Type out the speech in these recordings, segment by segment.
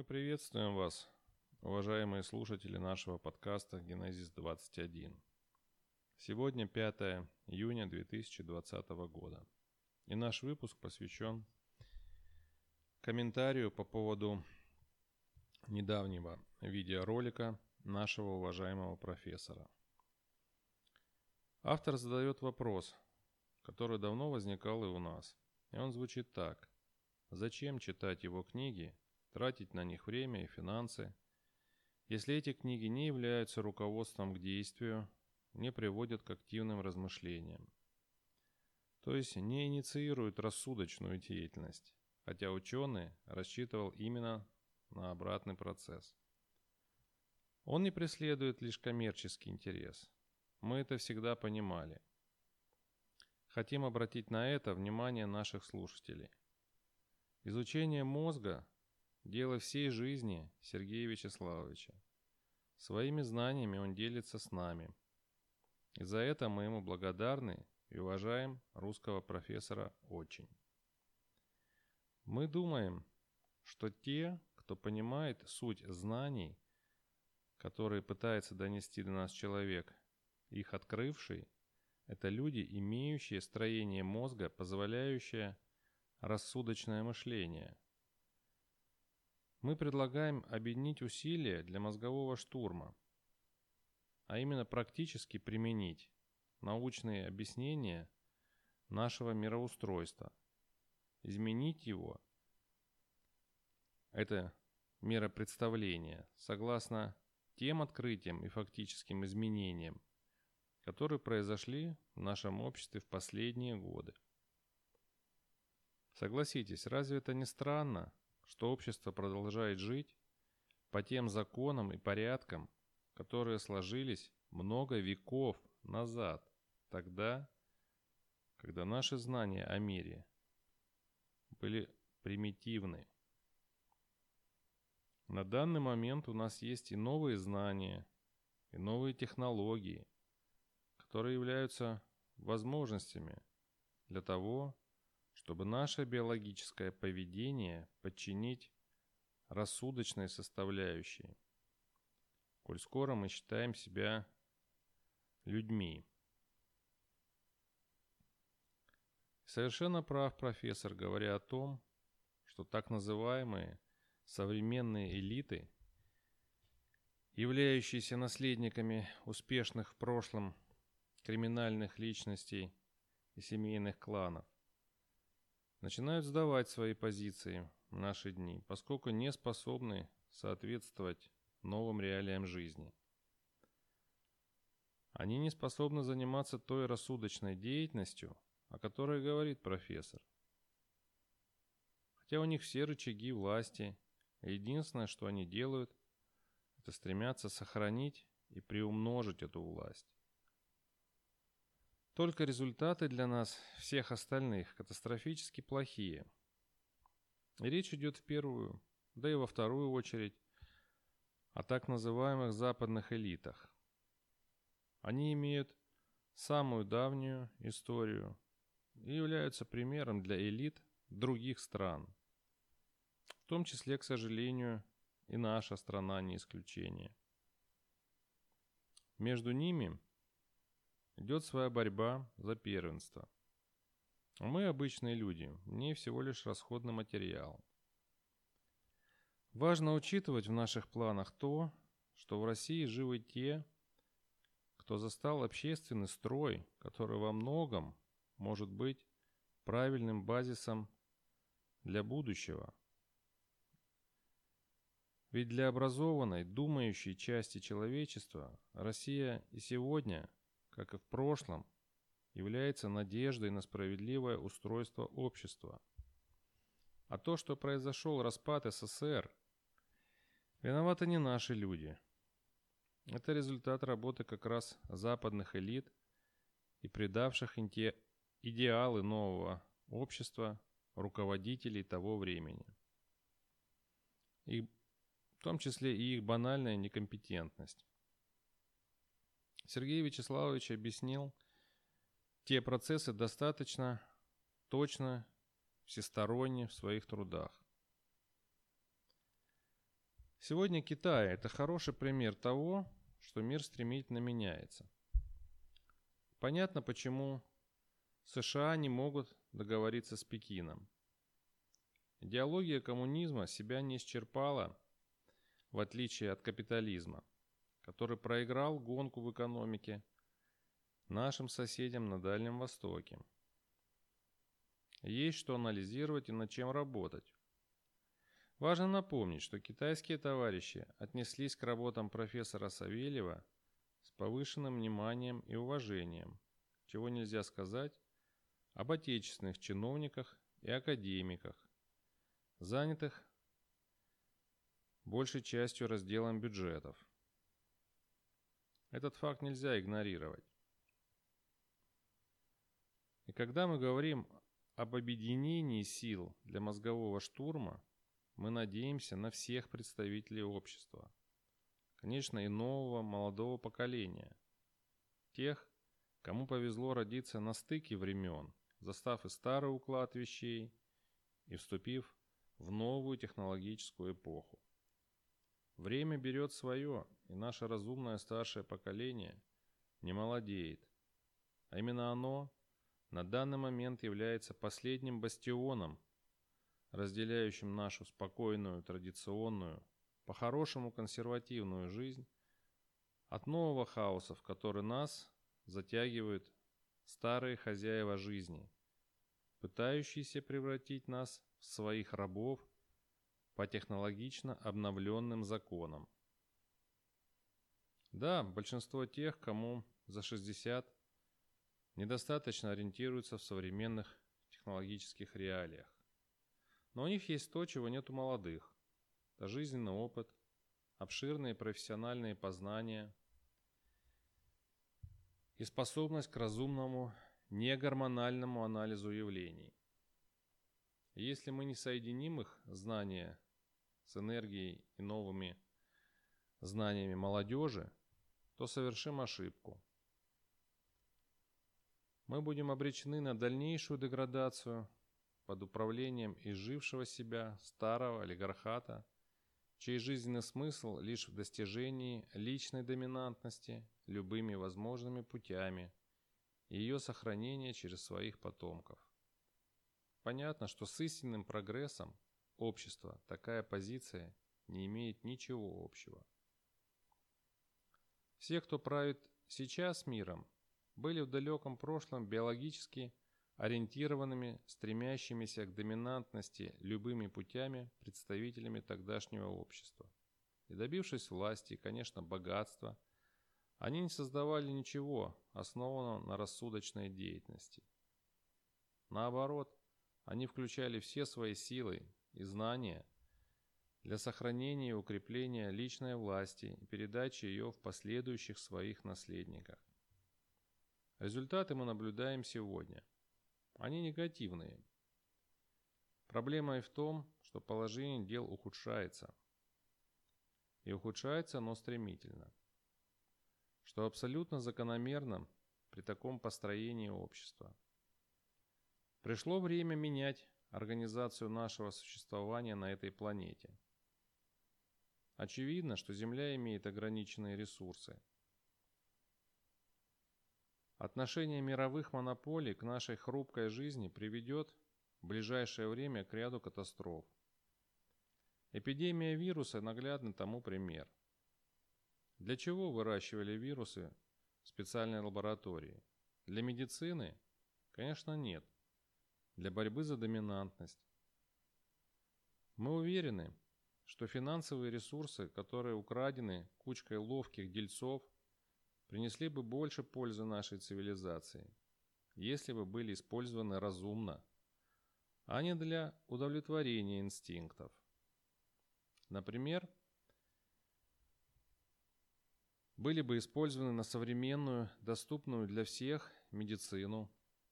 Мы приветствуем вас, уважаемые слушатели нашего подкаста «Генезис 21». Сегодня 5 июня 2020 года, и наш выпуск посвящен комментарию по поводу недавнего видеоролика нашего уважаемого профессора. Автор задает вопрос, который давно возникал и у нас, и он звучит так: зачем читать его книги, тратить на них время и финансы, если эти книги не являются руководством к действию, не приводят к активным размышлениям, то есть не инициируют рассудочную деятельность, хотя ученый рассчитывал именно на обратный процесс. Он не преследует лишь коммерческий интерес. Мы это всегда понимали. Хотим обратить на это внимание наших слушателей. Изучение мозга – дело всей жизни Сергея Вячеславовича. Своими знаниями он делится с нами. И за это мы ему благодарны и уважаем русского профессора очень. Мы думаем, что те, кто понимает суть знаний, которые пытается донести до нас человек, их открывший, это люди, имеющие строение мозга, позволяющее рассудочное мышление. Мы предлагаем объединить усилия для мозгового штурма, а именно практически применить научные объяснения нашего мироустройства, изменить его, это миропредставление, согласно тем открытиям и фактическим изменениям, которые произошли в нашем обществе в последние годы. Согласитесь, разве это не странно, что общество продолжает жить по тем законам и порядкам, которые сложились много веков назад, тогда, когда наши знания о мире были примитивны. На данный момент у нас есть и новые знания, и новые технологии, которые являются возможностями для того, чтобы наше биологическое поведение подчинить рассудочной составляющей, коль скоро мы считаем себя людьми. Совершенно прав профессор, говоря о том, что так называемые современные элиты, являющиеся наследниками успешных в прошлом криминальных личностей и семейных кланов, начинают сдавать свои позиции в наши дни, поскольку не способны соответствовать новым реалиям жизни. Они не способны заниматься той рассудочной деятельностью, о которой говорит профессор. Хотя у них все рычаги власти, и единственное, что они делают, это стремятся сохранить и приумножить эту власть. Только результаты для нас, всех остальных, катастрофически плохие. И речь идет в первую, да и во вторую очередь, о так называемых западных элитах. Они имеют самую давнюю историю и являются примером для элит других стран. В том числе, к сожалению, и наша страна не исключение. Между ними идет своя борьба за первенство. А мы, обычные люди, не всего лишь расходный материал. Важно учитывать в наших планах то, что в России живы те, кто застал общественный строй, который во многом может быть правильным базисом для будущего. Ведь для образованной, думающей части человечества Россия и сегодня, как и в прошлом, является надеждой на справедливое устройство общества. А то, что произошел распад СССР, виноваты не наши люди. Это результат работы как раз западных элит и предавших идеалы нового общества руководителей того времени. И в том числе и их банальная некомпетентность. Сергей Вячеславович объяснил те процессы достаточно точно, всесторонне в своих трудах. Сегодня Китай – это хороший пример того, что мир стремительно меняется. Понятно, почему США не могут договориться с Пекином. Идеология коммунизма себя не исчерпала, в отличие от капитализма, который проиграл гонку в экономике нашим соседям на Дальнем Востоке. Есть что анализировать и над чем работать. Важно напомнить, что китайские товарищи отнеслись к работам профессора Савельева с повышенным вниманием и уважением, чего нельзя сказать об отечественных чиновниках и академиках, занятых большей частью разделом бюджетов. Этот факт нельзя игнорировать. И когда мы говорим об объединении сил для мозгового штурма, мы надеемся на всех представителей общества, конечно, и нового молодого поколения, тех, кому повезло родиться на стыке времен, застав и старый уклад вещей и вступив в новую технологическую эпоху. Время берет свое, и наше разумное старшее поколение не молодеет, а именно оно на данный момент является последним бастионом, разделяющим нашу спокойную, традиционную, по-хорошему консервативную жизнь от нового хаоса, в который нас затягивают старые хозяева жизни, пытающиеся превратить нас в своих рабов по технологично обновленным законам. Да, большинство тех, кому за 60, недостаточно ориентируются в современных технологических реалиях. Но у них есть то, чего нет у молодых. Это жизненный опыт, обширные профессиональные познания и способность к разумному, негормональному анализу явлений. И если мы не соединим их знания с энергией и новыми знаниями молодежи, то совершим ошибку. Мы будем обречены на дальнейшую деградацию под управлением изжившего себя старого олигархата, чей жизненный смысл лишь в достижении личной доминантности любыми возможными путями и ее сохранения через своих потомков. Понятно, что с истинным прогрессом общества такая позиция не имеет ничего общего. Все, кто правит сейчас миром, были в далеком прошлом биологически ориентированными, стремящимися к доминантности любыми путями представителями тогдашнего общества. И добившись власти и, конечно, богатства, они не создавали ничего, основанного на рассудочной деятельности. Наоборот, они включали все свои силы и знания для сохранения и укрепления личной власти и передачи ее в последующих своих наследниках. Результаты мы наблюдаем сегодня. Они негативные. Проблема и в том, что положение дел ухудшается. И ухудшается оно стремительно, что абсолютно закономерно при таком построении общества. Пришло время менять организацию нашего существования на этой планете. Очевидно, что Земля имеет ограниченные ресурсы. Отношение мировых монополий к нашей хрупкой жизни приведет в ближайшее время к ряду катастроф. Эпидемия вируса – наглядный тому пример. Для чего выращивали вирусы в специальной лаборатории? Для медицины? Конечно, нет. Для борьбы за доминантность. Мы уверены, что финансовые ресурсы, которые украдены кучкой ловких дельцов, принесли бы больше пользы нашей цивилизации, если бы были использованы разумно, а не для удовлетворения инстинктов. Например, были бы использованы на современную, доступную для всех медицину,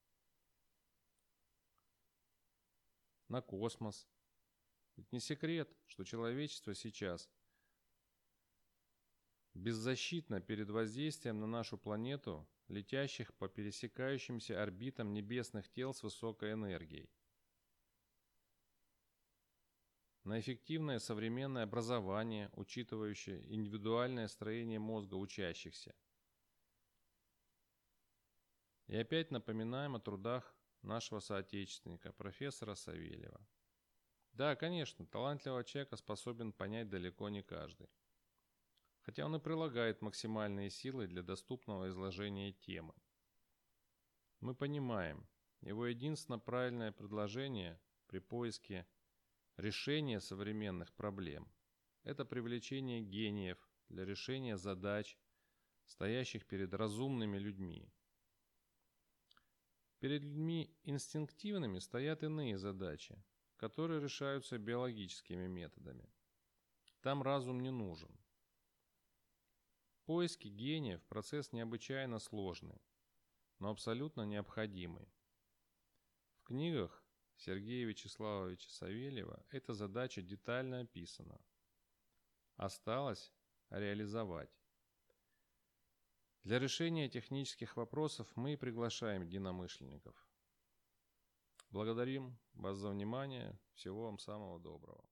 на космос. Ведь не секрет, что человечество сейчас беззащитно перед воздействием на нашу планету летящих по пересекающимся орбитам небесных тел с высокой энергией. на эффективное современное образование, учитывающее индивидуальное строение мозга учащихся. И опять напоминаем о трудах нашего соотечественника, профессора Савельева. Да, конечно, талантливого человека способен понять далеко не каждый. Хотя он и прилагает максимальные силы для доступного изложения темы. Мы понимаем, его единственно правильное предложение при поиске решения современных проблем – это привлечение гениев для решения задач, стоящих перед разумными людьми. Перед людьми инстинктивными стоят иные задачи, которые решаются биологическими методами. Там разум не нужен. Поиски гениев – процесс необычайно сложный, но абсолютно необходимый. В книгах Сергея Вячеславовича Савельева эта задача детально описана. Осталось реализовать. Для решения технических вопросов мы и приглашаем единомышленников. Благодарим вас за внимание. Всего вам самого доброго.